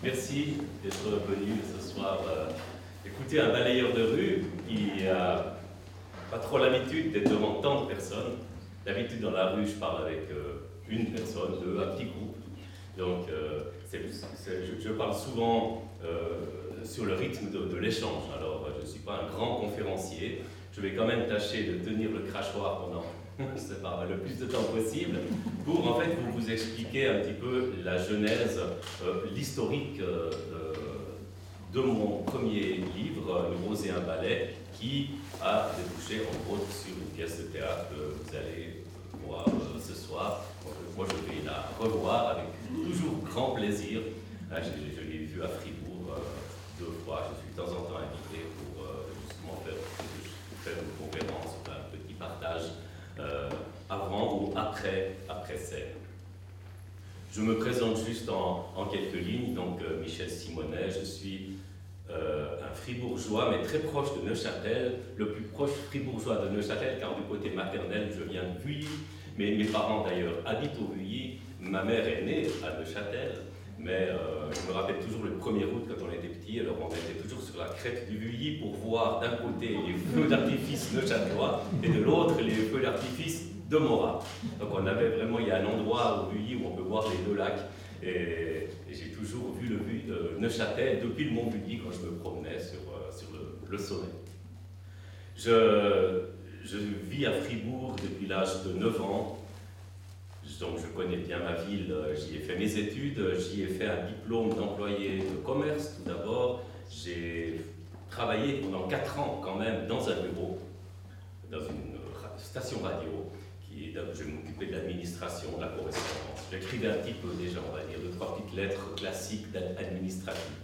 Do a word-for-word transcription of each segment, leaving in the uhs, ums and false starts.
Merci d'être venu ce soir euh, écouter un balayeur de rue qui n'a pas trop l'habitude d'être devant tant de personnes. D'habitude, dans la rue, je parle avec euh, une personne, deux, un petit groupe. Donc, euh, c'est, c'est, je, je parle souvent euh, sur le rythme de, de l'échange. Alors, je ne suis pas un grand conférencier. Je vais quand même tâcher de tenir le crachoir pendant pas, le plus de temps possible pour en fait vous, vous expliquer un petit peu la genèse, euh, l'historique euh, de mon premier livre, Une rose et un balai, qui a débouché en gros sur une pièce de théâtre que vous allez voir euh, ce soir. Moi, je vais la revoir avec toujours grand plaisir. Hein, je, je l'ai vu à Fribourg euh, deux fois. Je suis de temps en temps invité pour euh, justement faire, faire une conférence, un petit partage euh, avant ou après, après scène. Je me présente juste en, en quelques lignes. Donc, euh, Michel Simonet, je suis euh, un fribourgeois, mais très proche de Neuchâtel, le plus proche fribourgeois de Neuchâtel, car du côté maternel, je viens de Vuilly. Mais mes parents d'ailleurs habitent au Vuilly. Ma mère est née à Neuchâtel, mais euh, je me rappelle toujours le premier août quand on était petit. Alors on était toujours sur la crête du Vuilly pour voir d'un côté les feux d'artifice neuchâtelois et de l'autre les feux d'artifice de Morat. Donc on avait vraiment, il y a un endroit au Vuilly où on peut voir les deux lacs. Et, et j'ai toujours vu le Vuilly de Neuchâtel depuis le Mont Vuilly quand je me promenais sur, euh, sur le, le sommet. Je, Je vis à Fribourg depuis l'âge de neuf ans, donc je connais bien ma ville, j'y ai fait mes études, j'y ai fait un diplôme d'employé de commerce tout d'abord. J'ai travaillé pendant quatre ans quand même dans un bureau, dans une station radio, qui, je m'occupais de l'administration, de la correspondance. J'écrivais un petit peu déjà, on va dire, deux, trois petites lettres classiques administratives.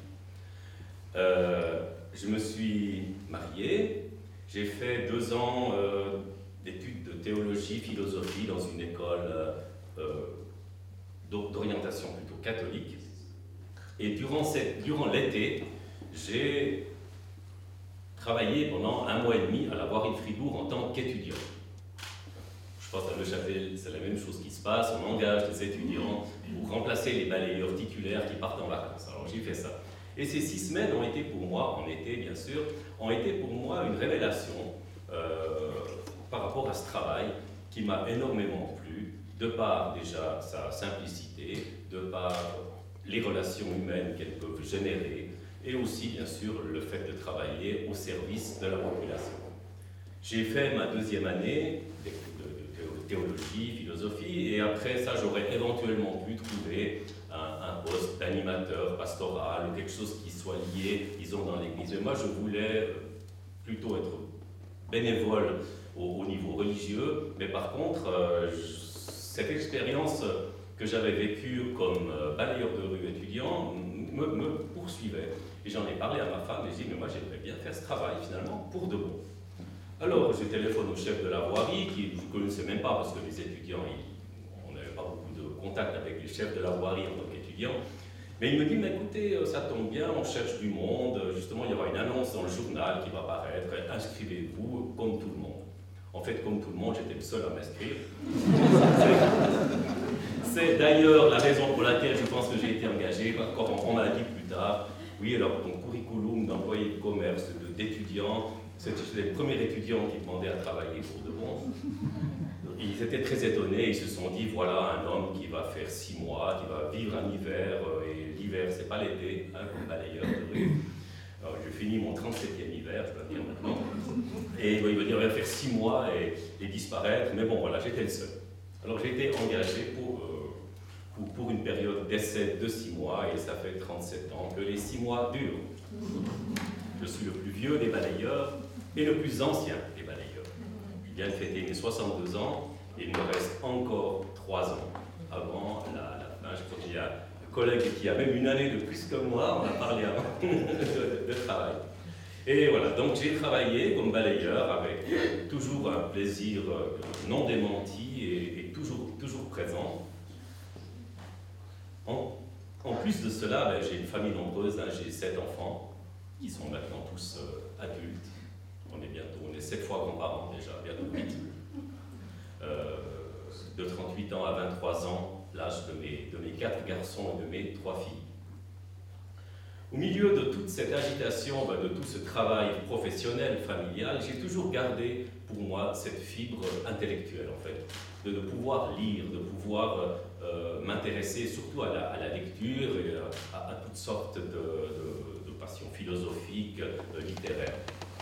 Euh, je me suis marié. J'ai fait deux ans euh, d'études de théologie, philosophie dans une école euh, d'orientation plutôt catholique. Et durant, cette, durant l'été, j'ai travaillé pendant un mois et demi à la voirie de Fribourg en tant qu'étudiant. Je pense à Neuchâtel, c'est la même chose qui se passe. On engage des étudiants pour remplacer les balayeurs titulaires qui partent en vacances. Alors j'ai fait ça. Et ces six semaines ont été pour moi, en été bien sûr, ont été pour moi une révélation euh, par rapport à ce travail qui m'a énormément plu, de par déjà sa simplicité, de par les relations humaines qu'elles peuvent générer, et aussi bien sûr le fait de travailler au service de la population. J'ai fait ma deuxième année de, de, de théologie, philosophie, et après ça j'aurais éventuellement pu trouver Un, un poste d'animateur pastoral ou quelque chose qui soit lié, disons, dans l'Église. Mais moi, je voulais plutôt être bénévole au, au niveau religieux, mais par contre, euh, je, cette expérience que j'avais vécue comme euh, balayeur de rue étudiant me, me poursuivait. Et j'en ai parlé à ma femme et j'ai dit, mais moi, j'aimerais bien faire ce travail, finalement, pour de bon. Alors, je téléphone au chef de la voirie, qui je ne connaissais même pas, parce que les étudiants, ils, contact avec les chefs de la voirie en tant qu'étudiant. Mais il me dit, mais écoutez, ça tombe bien, on cherche du monde, justement il y aura une annonce dans le journal qui va paraître, inscrivez-vous comme tout le monde. En fait, comme tout le monde, j'étais le seul à m'inscrire. C'est d'ailleurs la raison pour laquelle je pense que j'ai été engagé, quand on m'a dit plus tard, oui, alors ton curriculum d'employé de commerce, d'étudiant, c'était le premier étudiant qui demandait à travailler pour de bon. Ils étaient très étonnés, ils se sont dit, voilà un homme qui va faire six mois, qui va vivre un hiver, et l'hiver c'est pas l'été, hein, comme balayeur de rue. Alors je finis mon trente-septième hiver, je dois dire maintenant, et il va dire, il va faire six mois et, et disparaître, mais bon voilà, j'étais le seul. Alors j'ai été engagé pour, euh, pour, pour une période d'essai de six mois, et ça fait trente-sept ans que les six mois durent. Je suis le plus vieux des balayeurs et le plus ancien des balayeurs. Je viens de fêter mes soixante-deux ans, et il me reste encore trois ans avant la, la fin. Je crois qu'il y a un collègue qui a même une année de plus que moi, on a parlé avant de, de travail. Et voilà, donc j'ai travaillé comme balayeur avec toujours un plaisir non démenti et, et toujours, toujours présent. En, en plus de cela, ben, j'ai une famille nombreuse, hein, j'ai sept enfants qui sont maintenant tous euh, adultes. On est bientôt, on est sept fois grands-parents déjà, bientôt huit. Euh, de trente-huit ans à vingt-trois ans, l'âge de mes, de mes quatre garçons et de mes trois filles. Au milieu de toute cette agitation, de tout ce travail professionnel, familial, j'ai toujours gardé pour moi cette fibre intellectuelle en fait, de, de pouvoir lire, de pouvoir euh, m'intéresser surtout à la, à la lecture et à, à toutes sortes de, de, de passions philosophiques, de littéraires.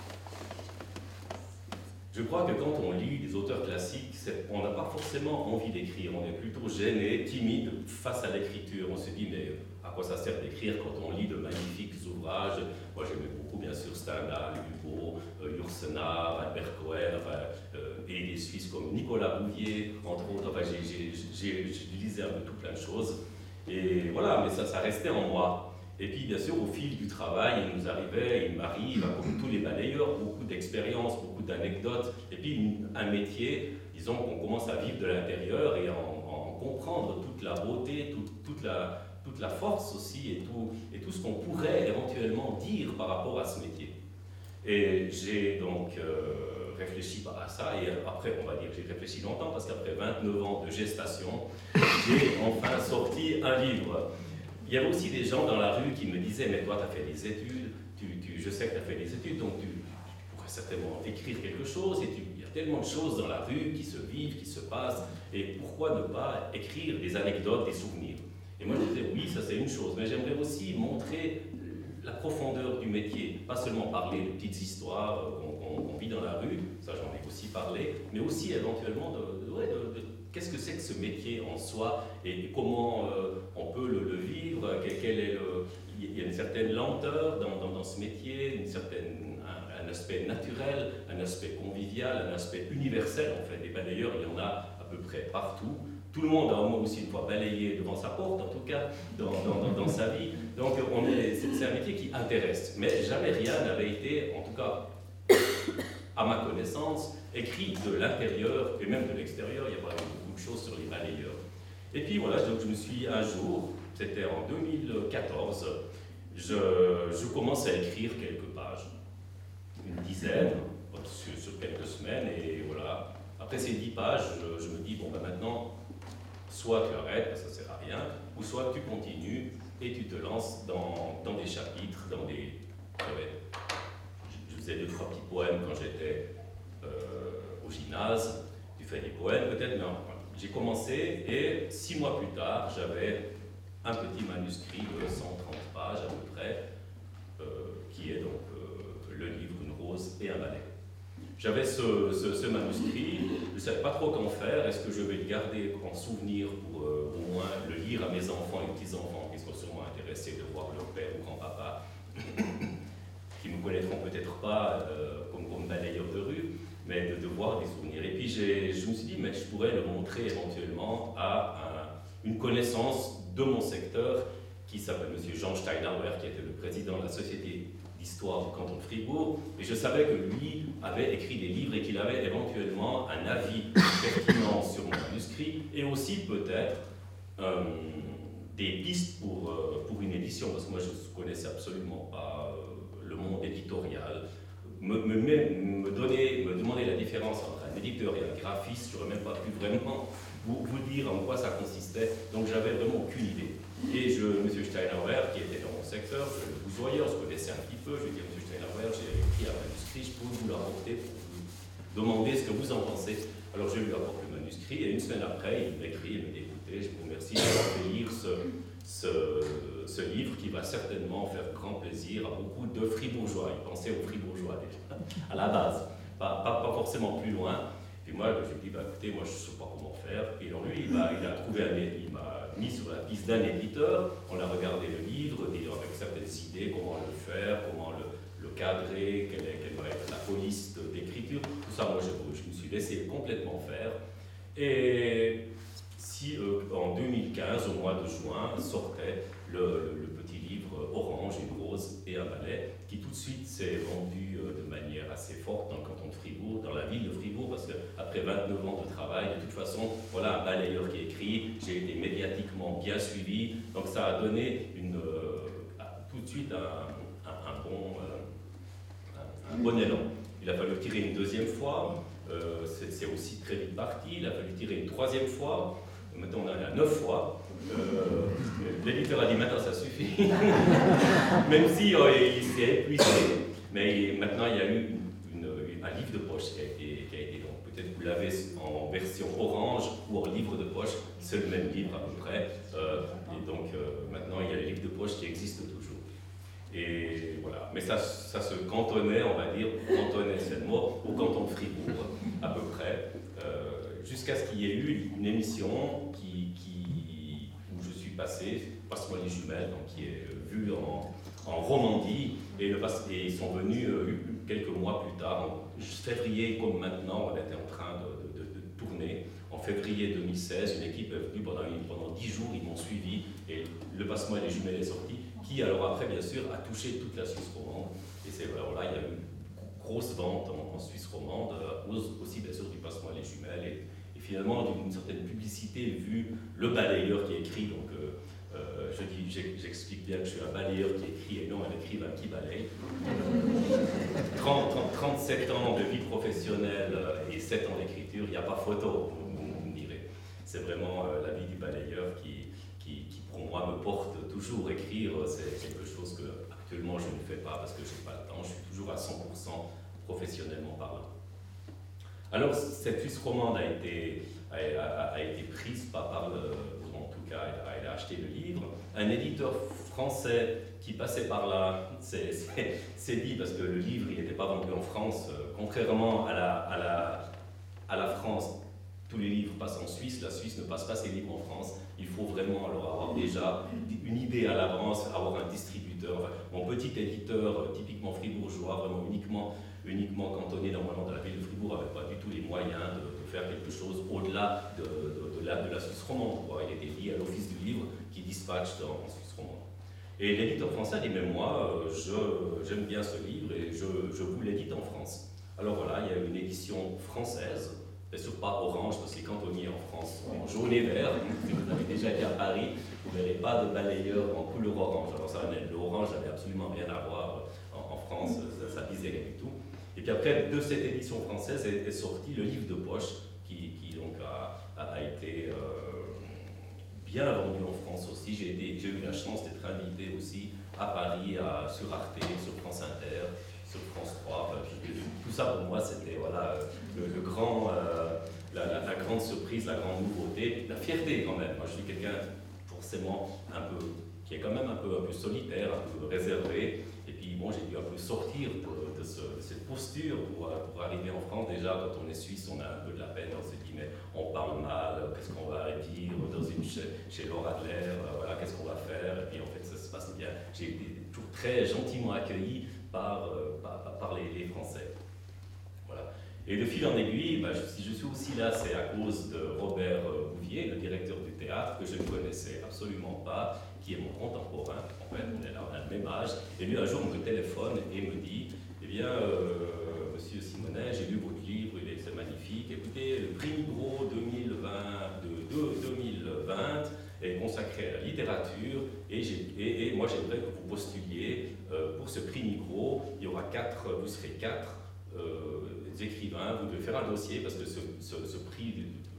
Je crois que quand on lit des auteurs classiques, on n'a pas forcément envie d'écrire, on est plutôt gêné, timide face à l'écriture. On se dit, mais à quoi ça sert d'écrire quand on lit de magnifiques ouvrages? Moi j'aimais beaucoup bien sûr Stendhal, Hugo, euh, Yourcenar, Albert Cohen, enfin, euh, et des Suisses comme Nicolas Bouvier, entre autres. Enfin, je lisais un peu tout plein de choses. Et voilà, mais ça, ça restait en moi. Et puis, bien sûr, au fil du travail, il nous arrivait, il m'arrive, comme tous les balayeurs, beaucoup d'expériences, beaucoup d'anecdotes, et puis un métier, disons, qu'on commence à vivre de l'intérieur et en, en comprendre toute la beauté, toute, toute, la, toute la force aussi, et tout, et tout ce qu'on pourrait éventuellement dire par rapport à ce métier. Et j'ai donc euh, réfléchi à ça, et après, on va dire, j'ai réfléchi longtemps, parce qu'après vingt-neuf ans de gestation, j'ai enfin sorti un livre. Il y avait aussi des gens dans la rue qui me disaient, mais toi, tu as fait des études, tu, tu, je sais que tu as fait des études, donc tu, tu pourrais certainement écrire quelque chose, et tu, il y a tellement de choses dans la rue qui se vivent, qui se passent, et pourquoi ne pas écrire des anecdotes, des souvenirs? Et moi, je disais, oui, ça c'est une chose, mais j'aimerais aussi montrer la profondeur du métier, pas seulement parler de petites histoires qu'on qu'on vit dans la rue, ça j'en ai aussi parlé, mais aussi éventuellement de, de, ouais, de, de qu'est-ce que c'est que ce métier en soi et comment euh, on peut le, le vivre, quel, quel est le, il y a une certaine lenteur dans, dans, dans ce métier, une certaine, un, un aspect naturel, un aspect convivial, un aspect universel en fait. Et ben, d'ailleurs, il y en a à peu près partout. Tout le monde a au moins aussi une fois balayé devant sa porte, en tout cas, dans, dans, dans, dans sa vie. Donc on est, c'est un métier qui intéresse. Mais jamais rien n'avait été, en tout cas, à ma connaissance, écrit de l'intérieur et même de l'extérieur. Il y a pas beaucoup de choses sur les balayeurs. Et puis voilà, donc je me suis un jour, c'était en deux mille quatorze, je, je commence à écrire quelques pages, une dizaine, sur, sur quelques semaines, et voilà. Après ces dix pages, je, je me dis, bon ben maintenant, soit tu arrêtes, ça ne sert à rien, ou soit tu continues et tu te lances dans, dans des chapitres, dans des... Je, je faisais deux, trois petits poèmes quand j'étais euh, au gymnase, tu fais des poèmes peut-être, mais enfin, j'ai commencé et six mois plus tard, j'avais un petit manuscrit de cent trente pages à peu près, euh, qui est donc euh, le livre Une rose et un balai. J'avais ce, ce, ce manuscrit, je ne savais pas trop qu'en faire, est-ce que je vais le garder en souvenir pour euh, au moins le lire à mes enfants et petits-enfants qui seront sûrement intéressés de voir leur père ou grand-papa, qui ne me connaîtront peut-être pas euh, comme, comme balayeur de rue, mais de, de voir des souvenirs. Et puis je me suis dit, mais je pourrais le montrer éventuellement à un, une connaissance de mon secteur qui s'appelle M. Jean Steinauer, qui était le président de la Société d'histoire du canton de Fribourg, et je savais que lui avait écrit des livres et qu'il avait éventuellement un avis pertinent sur mon manuscrit, et aussi peut-être euh, des pistes pour, euh, pour une édition, parce que moi je ne connaissais absolument pas euh, le monde éditorial. Me, me, me, donner, me demander la différence entre un éditeur et un graphiste, je n'aurais même pas pu vraiment vous, vous dire en quoi ça consistait, donc j'avais vraiment aucune idée. Et je, M. Steinauer, qui était dans mon secteur, je le voyais, on se connaissait un petit peu, je lui ai dit, M. Steinauer, j'ai écrit un manuscrit, je peux vous l'apporter pour vous demander ce que vous en pensez. Alors je lui apporte le manuscrit, et une semaine après, il m'écrit, il me dit, écoutez, je vous remercie d'avoir fait lire ce, ce, ce livre qui va certainement faire grand plaisir à beaucoup de Fribourgeois. Il pensait aux Fribourgeois déjà, à la base, pas, pas, pas forcément plus loin. Puis moi, je lui ai dit, bah, écoutez, moi je ne sais pas comment faire. Et alors lui, il a, il a trouvé un, il m'a mis sur la piste d'un éditeur, on a regardé le livre, avec certaines idées, comment le faire, comment le, le cadrer, quelle, est, quelle va être la police d'écriture, tout ça, moi je, je me suis laissé complètement faire. Et si euh, en deux mille quinze, au mois de juin, sortait le, le, le petit livre Orange, une rose et un balai, qui tout de suite s'est vendu euh, de manière assez forte dans le canton de Fribourg, dans la ville de Fribourg, parce qu'après vingt-neuf ans de travail, de toute façon, voilà un balayeur qui écrit, j'ai été médiatiquement bien suivi, donc ça a donné une, euh, tout de suite un, un, un, bon, euh, un, un bon élan. Il a fallu tirer une deuxième fois, euh, c'est aussi très vite parti, il a fallu tirer une troisième fois, maintenant on en a neuf fois, Euh, L'éditeur a dit maintenant ça suffit, même si euh, il s'est épuisé. Mais maintenant il y a eu une, une, un livre de poche qui a été, qui a été donc peut-être vous l'avez en version orange ou en livre de poche, c'est le même livre à peu près. Euh, et donc euh, maintenant il y a les livres de poche qui existent toujours. Et voilà, mais ça, ça se cantonnait, on va dire, cantonnait c'est le mot, au canton de Fribourg à peu près, euh, jusqu'à ce qu'il y ait eu une émission qui, qui, où je suis passé, Passe-moi les jumelles, donc qui est vue en, en Romandie, et, le, et ils sont venus euh, quelques mois plus tard, en février comme maintenant, on était en train de, de, de, de tourner. En février deux mille seize, une équipe est venue pendant, pendant dix jours, ils m'ont suivi, et le Passe-moi les jumelles est sorti, qui alors après bien sûr a touché toute la Suisse romande. Et c'est alors là, il y a eu une grosse vente en, en Suisse romande, aussi bien sûr du Passe-moi les jumelles, et, et finalement d'une certaine publicité vu le balayeur qui écrit, donc euh, Euh, je dis, j'explique bien que je suis un balayeur qui écrit et non un écrivain qui balaye. trente, trente, trente-sept ans de vie professionnelle et sept ans d'écriture, il n'y a pas photo, vous, vous me direz. C'est vraiment euh, la vie du balayeur qui, qui, qui, pour moi, me porte toujours. Écrire, c'est quelque chose que actuellement je ne fais pas parce que je n'ai pas le temps, je suis toujours à cent pour cent professionnellement parlant. Alors, cette Suisse romande a été, a, a, a été prise par, par le. Elle a acheté le livre. Un éditeur français qui passait par là s'est dit, parce que le livre n'était pas vendu en France, euh, contrairement à la, à, la, à la France, tous les livres passent en Suisse, la Suisse ne passe pas ses livres en France. Il faut vraiment alors avoir déjà une idée à l'avance, avoir un distributeur. Enfin, mon petit éditeur, typiquement fribourgeois, vraiment uniquement, uniquement cantonné normalement dans la ville de Fribourg, n'avait pas du tout les moyens de, de faire quelque chose au-delà de, de, de, la, de la Suisse romande. Quoi. Il était lié à l'office du livre qui dispatche en, en Suisse romande. Et l'éditeur français a dit, mais moi, j'aime bien ce livre et je, je vous l'édite en France. Alors voilà, il y a une édition française, bien sûr pas orange, parce que les cantonniers en France sont en jaune et vert. Si vous avez déjà été à Paris, vous ne verrez pas de balayeur en couleur orange. Alors ça, l'orange n'avait absolument rien à voir en, en France, ça, ça disait rien du tout. Et puis après, de cette édition française est, est sorti le livre de poche, qui, qui donc a, a, a été euh, bien vendu en France aussi. J'ai eu la chance d'être invité aussi à Paris, à, sur Arte, sur France Inter, sur France trois. Enfin, tout ça pour moi, c'était voilà, le, le grand, euh, la, la, la grande surprise, la grande nouveauté, la fierté quand même. Moi, je suis quelqu'un forcément un peu, qui est quand même un peu, un peu solitaire, un peu réservé. Et puis bon, j'ai dû un peu sortir de, de, ce, de cette posture pour, pour arriver en France. Déjà, quand on est suisse, on a un peu de la peine, on se dit mais on parle mal, qu'est-ce qu'on va dire dans une, chez, chez Laura Adler, voilà, qu'est-ce qu'on va faire. Et puis en fait, ça se passe bien. J'ai été toujours très gentiment accueilli par, par, par les, les Français. Voilà. Et de fil en aiguille, bah, je, si je suis aussi là, c'est à cause de Robert Bouvier, le directeur du théâtre, que je ne connaissais absolument pas, qui est mon contemporain, en fait, on est là, on a le même âge, et lui un jour me téléphone et me dit, eh bien, euh, monsieur Simonet, j'ai lu votre livre, c'est magnifique, écoutez, le prix Migros deux mille vingt, de, de, deux mille vingt est consacré à la littérature, et, et, et moi j'aimerais que vous postuliez euh, pour ce prix Migros, il y aura quatre, vous serez quatre euh, écrivains, vous devez faire un dossier, parce que ce, ce, ce prix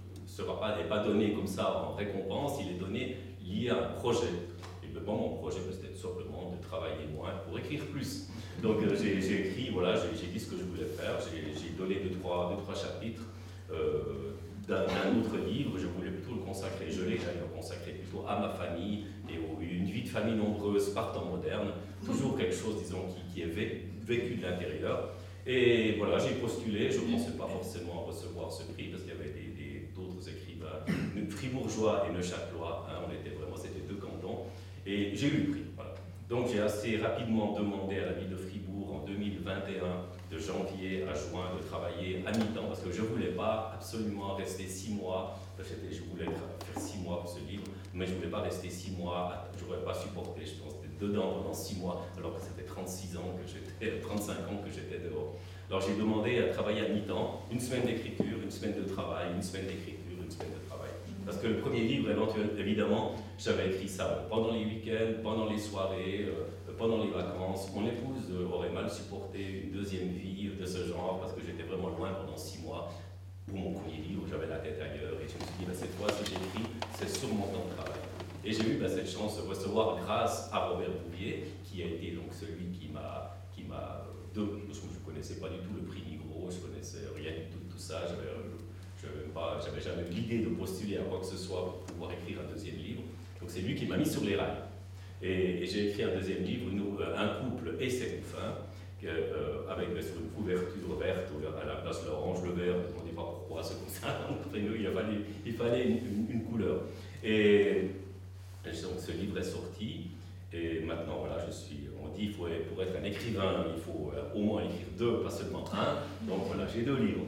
n'est pas donné comme ça en récompense, il est donné lié à un projet. Bon, mon projet c'était simplement de travailler moins pour écrire plus. Donc euh, j'ai écrit, voilà, j'ai dit ce que je voulais faire, j'ai donné deux trois, deux, trois chapitres euh, d'un autre livre, je voulais plutôt le consacrer, je l'ai d'ailleurs consacré plutôt à ma famille et à une vie de famille nombreuse par temps moderne, toujours quelque chose, disons, qui, qui est vécu de l'intérieur. Et voilà, j'ai postulé, je ne pensais pas forcément recevoir ce prix parce qu'il y avait d'autres écrivains, fribourgeois et neuchâtelois, hein, on était vraiment, c'était deux cantons. Et j'ai eu le prix. Voilà. Donc j'ai assez rapidement demandé à la ville de Fribourg en deux mille vingt et un, de janvier à juin, de travailler à mi-temps parce que je ne voulais pas absolument rester six mois. Je voulais faire six mois pour ce livre, mais je ne voulais pas rester six mois. Je n'aurais pas supporté, je pense, d'être dedans pendant six mois, alors que c'était trente-six ans que j'étais, trente-cinq ans que j'étais dehors. Alors j'ai demandé à travailler à mi-temps, une semaine d'écriture, une semaine de travail, une semaine d'écriture, une semaine de travail. Parce que le premier livre, évidemment, j'avais écrit ça pendant les week-ends, pendant les soirées, euh, pendant les vacances. Mon épouse euh, aurait mal supporté une deuxième vie de ce genre parce que j'étais vraiment loin pendant six mois. Pour mon premier livre, j'avais la tête ailleurs et je me suis dit, bah, cette fois, si j'écris, c'est sur mon temps de travail. Et j'ai eu bah, cette chance de recevoir grâce à Robert Bouvier, qui a été donc celui qui m'a, qui m'a, de, parce que je ne connaissais pas du tout le prix Migros, je ne connaissais rien du tout de tout ça, j'avais, j'avais, pas, j'avais jamais eu l'idée de postuler à quoi que ce soit pour pouvoir écrire un deuxième livre. Donc c'est lui qui m'a mis sur les rails. Et, et j'ai écrit un deuxième livre, une, un couple et ses couffins, que, euh, avec bien sûr une couverture verte à la place de l'orange, le vert, ne me demandez pas pourquoi c'est comme ça, après nous il fallait, il fallait une, une, une couleur. Et, et donc ce livre est sorti, et maintenant voilà, je suis, on dit qu'il faut, pour être un écrivain, il faut euh, au moins écrire deux, pas seulement un, donc voilà, j'ai deux livres.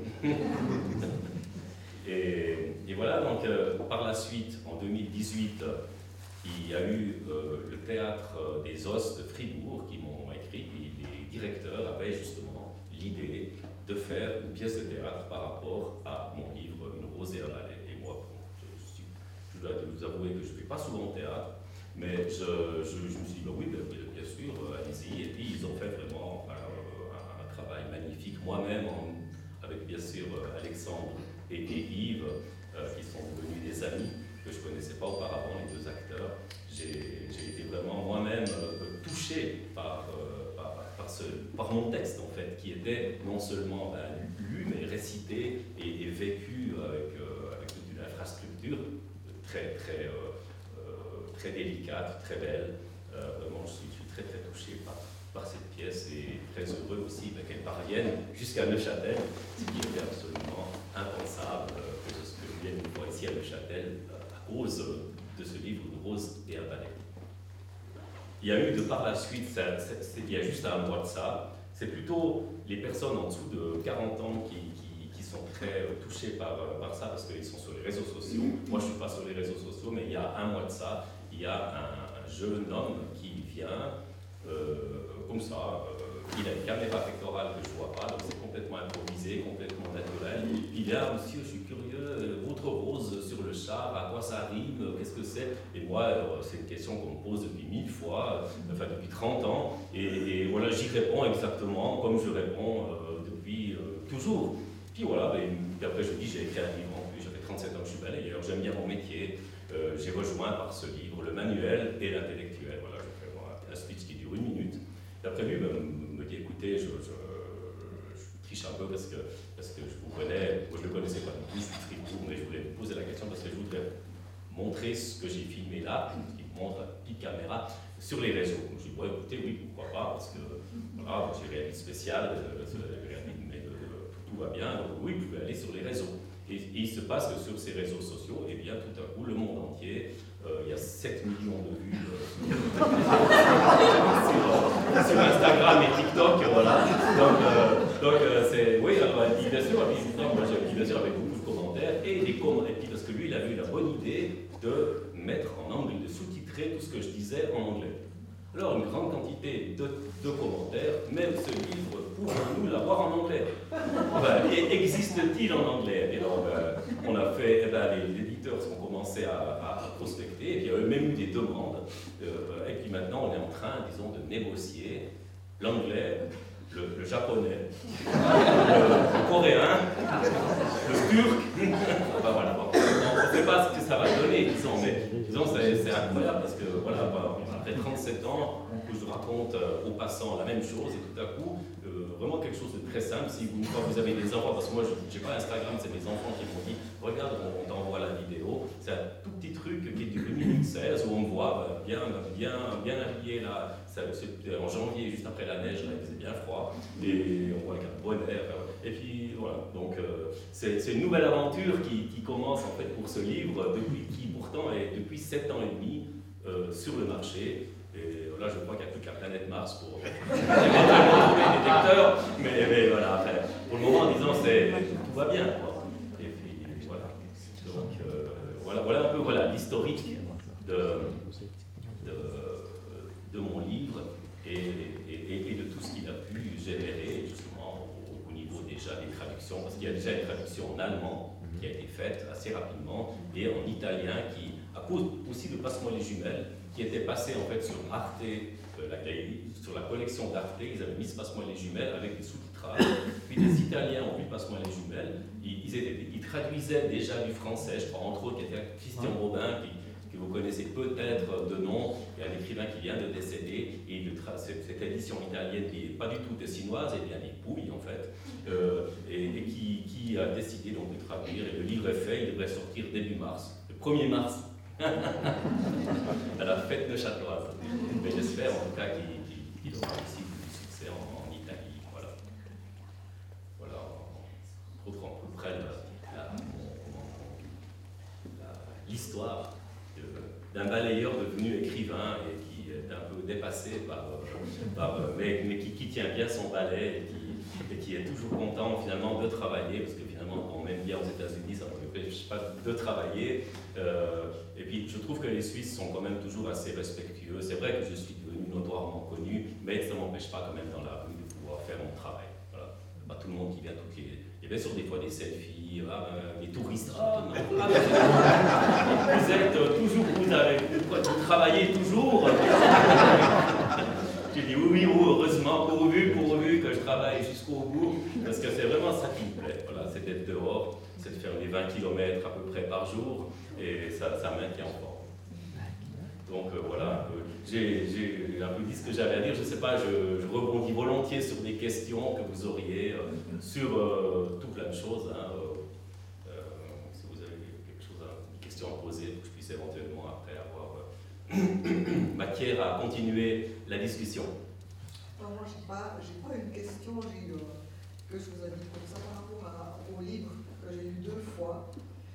et, et voilà, donc euh, par la suite, en deux mille dix-huit, il y a eu euh, le théâtre des Os de Fribourg qui m'ont écrit, et les directeurs avaient justement l'idée de faire une pièce de théâtre par rapport à mon livre Une rose et un balai. Et moi, je, je, suis, je dois vous avouer que je ne vais pas souvent au théâtre, mais je, je, je me suis dit, bah oui, bien, bien sûr, allez-y. Et puis ils ont fait vraiment enfin, un, un travail magnifique. Moi-même, en, avec bien sûr Alexandre et, et Yves, euh, qui sont devenus des amis, que je ne connaissais pas auparavant, les deux acteurs, j'ai été vraiment moi-même euh, touché par, euh, par, par, ce, par mon texte, en fait, qui était non seulement ben, lu, mais récité et, et vécu avec, euh, avec toute une infrastructure très, très, euh, euh, très délicate, très belle. Euh, vraiment, je suis, je suis très, très touché par, par cette pièce et très heureux aussi ben, qu'elle parvienne jusqu'à Neuchâtel, ce qui était absolument impensable euh, que je vienne une fois ici à Neuchâtel. Cause de ce livre, Une rose et un balai. Il y a eu de par la suite, ça, ça, il y a juste un mois de ça, c'est plutôt les personnes en dessous de quarante ans qui, qui, qui sont très touchées par, par ça parce qu'ils sont sur les réseaux sociaux. Moi je ne suis pas sur les réseaux sociaux, mais il y a un mois de ça, il y a un jeune homme qui vient euh, comme ça, euh, il a une caméra pectorale que je ne vois pas, donc c'est complètement improvisé, complètement naturel. Il dit, ah monsieur, je suis curieux, votre rose sur le char, à quoi ça rime, qu'est-ce que c'est? Et moi, c'est une question qu'on me pose depuis mille fois, enfin depuis trente ans, et, et voilà, j'y réponds exactement comme je réponds euh, depuis euh, toujours. Puis voilà, et, puis après je dis, j'ai écrit un livre en plus, j'avais trente-sept ans que je suis balayeur, j'aime bien mon métier, euh, j'ai rejoint par ce livre le manuel et l'intellectuel. Voilà, je fais moi, un speech qui dure une minute. Et après lui me, me dit, écoutez, je, je, je triche un peu parce que, parce que je vous connais, moi je ne le connaissais pas du tout, je suis Fribourg, mais je voulais vous poser la question parce que je voudrais montrer ce que j'ai filmé là, qui montre à petite caméra, sur les réseaux. Je dis, bon, écoutez, oui, pourquoi pas, parce que voilà, j'ai réalisé spécial, mais tout va bien, donc oui, vous pouvez aller sur les réseaux. Et, et il se passe que sur ces réseaux sociaux, et eh bien tout à coup, le monde entier, euh, il y a sept millions de vues euh, sur, sur, sur Instagram et TikTok, voilà. Donc, euh, donc euh, c'est, oui, alors, il dit bien sûr, il dit bien sûr avec beaucoup de commentaires, et des commentaires, et puis parce que lui, il a eu la bonne idée de mettre en anglais, de sous-titrer tout ce que je disais en anglais. Alors, une grande quantité de, de commentaires, même ce livre, pouvons-nous l'avoir en anglais? Ben, existe-t-il en anglais? Et alors, ben, on a fait, eh ben, les, les éditeurs ont commencé à, à, à prospecter, et puis il y a même eu des demandes, euh, et puis maintenant on est en train, disons, de négocier l'anglais, le, le japonais, le, le coréen, le turc, ben, voilà, bon, on ne sait pas ce que ça va donner, disons, mais disons, c'est incroyable, parce que, voilà, ben, après trente-sept ans, où je raconte euh, aux passants la même chose, et tout à coup, euh, vraiment quelque chose de très simple, si vous, une fois vous avez des enfants, parce que moi je n'ai pas Instagram, c'est mes enfants qui m'ont dit, regarde, on, on t'envoie la vidéo, c'est un tout petit truc qui est d'une minute seize, où on me voit bien, bien, bien habillé, là, en janvier, juste après la neige, là, il faisait bien froid, et on voit avec un bonnet, et puis voilà, donc euh, c'est une nouvelle aventure qui, qui commence en fait pour ce livre, depuis, qui pourtant est depuis sept ans et demi, Euh, sur le marché, et là je crois qu'il n'y a plus que la planète Mars pour éventuellement trouver des détecteurs, mais, mais voilà, après, pour le moment, disons, tout va bien, quoi. Et puis voilà, donc euh, voilà, voilà un peu voilà, l'historique de, de, de mon livre et, et, et de tout ce qu'il a pu générer, justement, au, au niveau déjà des traductions, parce qu'il y a déjà une traduction en allemand qui a été faite assez rapidement, et en italien qui, à cause aussi de Passe-moi les jumelles, qui était passé en fait sur Arte, euh, la, sur la collection d'Arte, ils avaient mis Passe-moi les jumelles avec des sous-titrages, puis des Italiens ont vu Passe-moi les jumelles, ils, ils, étaient, ils traduisaient déjà du français, je crois entre autres, qui était Christian Robin, qui, que vous connaissez peut-être de nom. Il y a un écrivain qui vient de décéder, et cette, cette édition italienne qui n'est pas du tout dessinoise, et bien des Pouilles en fait, euh, et, et qui, qui a décidé donc de traduire, et le livre est fait, il devrait sortir début mars, le premier mars, à la fête de Châteauroise. Mais j'espère en tout cas qu'il qu'il, qu'il aura aussi du succès en, en Italie. Voilà. Voilà, entre autres, à peu près la, la, la, l'histoire d'un balayeur devenu écrivain et qui est un peu dépassé par, par mais, mais qui, qui tient bien son balai et qui, et qui est toujours content finalement de travailler, parce que finalement quand on aime bien aux États-Unis, ça ne m'empêche pas de travailler. Euh, et puis je trouve que les Suisses sont quand même toujours assez respectueux. C'est vrai que je suis devenu notoirement connu, mais ça ne m'empêche pas quand même dans la rue de pouvoir faire mon travail. Voilà. Pas tout le monde qui vient toquer. Il y avait sur des fois des selfies, ah, des touristes. Ah, non. Ah, vous êtes euh, toujours, vous, avez, vous travaillez toujours. J'ai dit oui, oui, heureusement, pourvu, pourvu que je travaille jusqu'au bout, parce que c'est vraiment ça qui me plaît. Voilà, c'est d'être dehors, c'est de faire les vingt kilomètres à peu près par jour, et ça, ça maintient en forme. Donc euh, voilà, euh, j'ai, j'ai un peu dit ce que j'avais à dire. Je ne sais pas, je, je rebondis volontiers sur des questions que vous auriez, euh, sur euh, tout plein de choses. Hein, euh, euh, si vous avez quelque chose, à, une question à poser, pour que je puisse éventuellement après avoir euh, matière à continuer la discussion. Alors moi, je n'ai pas, j'ai pas une question, j'ai eu euh, quelque chose à dire comme ça par rapport à, au livre que j'ai lu deux fois.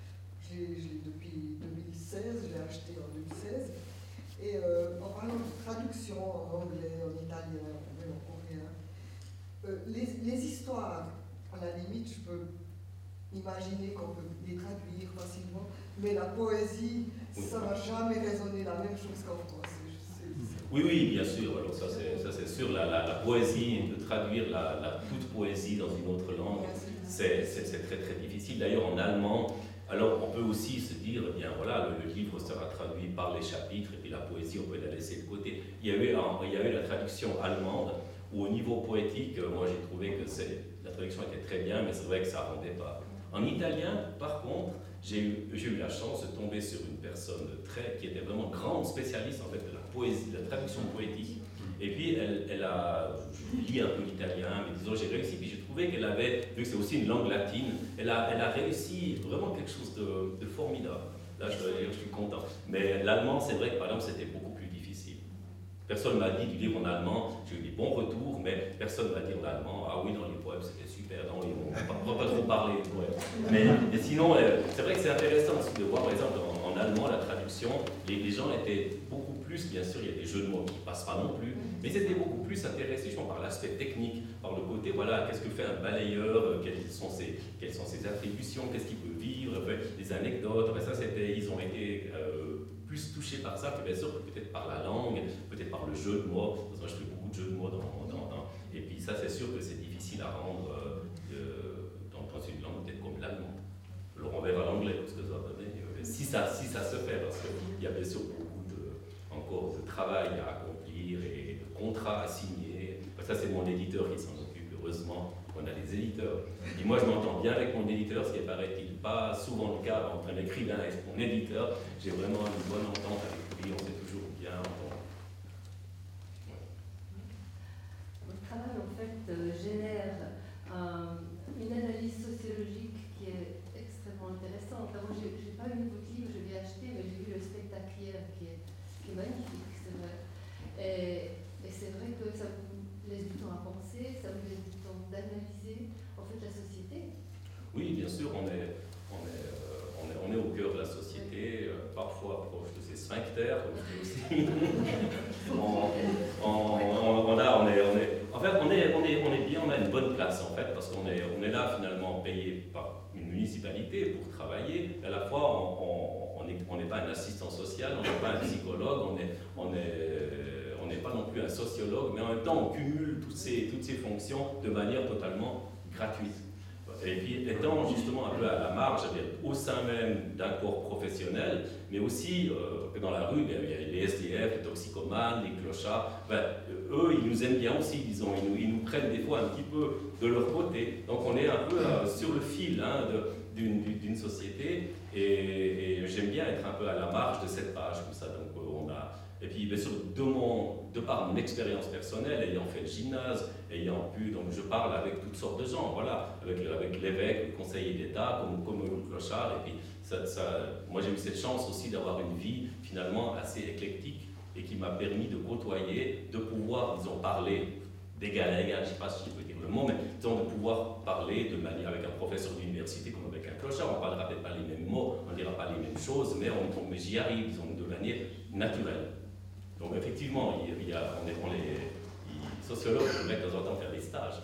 J'ai, j'ai, depuis deux mille seize, je l'ai acheté en deux mille seize. Et euh, en parlant de traduction en anglais, en italien, même en coréen, euh, les, les histoires, à la limite, je peux imaginer qu'on peut les traduire facilement, mais la poésie, oui. Ça ne va jamais résonner la même chose qu'en français. C'est, c'est... Oui, oui, bien sûr. Alors ça, c'est, ça, c'est sûr. La, la, la poésie, de traduire la, la toute poésie dans une autre langue, c'est, c'est, c'est très, très difficile. D'ailleurs, en allemand, alors on peut aussi se dire, eh bien voilà, le, le livre sera traduit par les chapitres et puis la poésie, on peut la laisser de côté. Il y a eu, il y a eu la traduction allemande où au niveau poétique, moi j'ai trouvé que c'est, la traduction était très bien, mais c'est vrai que ça ne rendait pas. En italien, par contre, j'ai eu, j'ai eu la chance de tomber sur une personne très, qui était vraiment grande spécialiste en fait de la poésie, de la traduction poétique. Et puis elle, elle a, je lis un peu l'italien, mais disons j'ai réussi, puis j'ai trouvé qu'elle avait, vu que c'est aussi une langue latine, elle a, elle a réussi vraiment quelque chose de, de formidable. Là je dois dire, je suis content. Mais l'allemand, c'est vrai que par exemple c'était beaucoup plus difficile. Personne m'a dit du livre en allemand, j'ai eu des bons retours, mais personne m'a dit en allemand, ah oui, dans les poèmes c'était super, non, on ne va pas trop parler des poèmes. Mais et sinon, c'est vrai que c'est intéressant aussi de voir, par exemple, en, en allemand, la traduction, les, les gens étaient beaucoup plus, bien sûr, il y a des jeux de mots qui ne passent pas non plus, mais ils étaient beaucoup plus intéressés, je pense, par l'aspect technique, par le côté, voilà, qu'est-ce que fait un balayeur, quelles sont ses, quelles sont ses attributions, qu'est-ce qu'il peut vivre, des anecdotes, ça c'était, ils ont été euh, plus touchés par ça que bien sûr peut-être par la langue, peut-être par le jeu de mots, parce que moi je fais beaucoup de jeux de mots dans, dans, dans et puis ça c'est sûr que c'est difficile à rendre euh, dans, dans une langue peut-être comme l'allemand. Alors on verra l'anglais, parce que ça va donner, si ça, si ça se fait, parce qu'il y a bien sûr beaucoup de, encore de travail à accomplir et de contrats à signer. Ça c'est mon éditeur qui s'en occupe, heureusement. On a des éditeurs. Et moi, je m'entends bien avec mon éditeur, ce qui paraît-il pas souvent le cas entre un écrivain et mon éditeur. J'ai vraiment une bonne entente avec lui, on s'est toujours bien entendu. Ouais. Votre travail, en fait, euh, génère euh, une analyse sociologique qui est extrêmement intéressante. Alors, moi, je n'ai pas eu votre livre, je l'ai acheté, mais j'ai vu le spectacle hier, qui est, qui est magnifique, c'est vrai. Et, et c'est vrai que ça vous laisse du temps à penser, ça vous laisse du temps d'analyser en fait la société. Oui, bien sûr, on est, on est, euh, on est, on est au cœur de la société, euh, parfois proche de ses sphincters, comme je dis aussi. on, on, on, on, a, on, est, on, est, en fait, on est, on, est, on est bien, on a une bonne place en fait, parce qu'on est, on est là finalement payé par une municipalité pour travailler, mais à la fois on n'est on, on on pas un assistant social, on n'est pas un psychologue, on est, on est on n'est pas non plus un sociologue, mais en même temps on cumule toutes ces, toutes ces fonctions de manière totalement gratuite. Et puis étant justement un peu à la marge, au sein même d'un corps professionnel, mais aussi euh, dans la rue, il y a les S D F, les toxicomanes, les clochards, ben, eux ils nous aiment bien aussi, disons, ils nous, ils nous prennent des fois un petit peu de leur côté. Donc on est un peu euh, sur le fil hein, de, d'une, d'une société, et, et j'aime bien être un peu à la marge de cette page, comme ça. Donc, on a, et puis, bien sûr, de, mon, de par mon expérience personnelle, ayant fait le gymnase, ayant pu, donc je parle avec toutes sortes de gens, voilà, avec, avec l'évêque, le conseiller d'État, comme, comme le clochard, et puis ça, ça, moi j'ai eu cette chance aussi d'avoir une vie finalement assez éclectique et qui m'a permis de côtoyer, de pouvoir, disons, parler d'égal à égal, je ne sais pas si je peux dire le mot, mais disons, de pouvoir parler de manière avec un professeur d'université comme avec un clochard, on ne parlera peut-être pas les mêmes mots, on ne dira pas les mêmes choses, mais, on, on, mais j'y arrive, disons, de manière naturelle. Donc effectivement, il y a, on est, on les, les sociologues nous mettent de temps en temps faire des stages.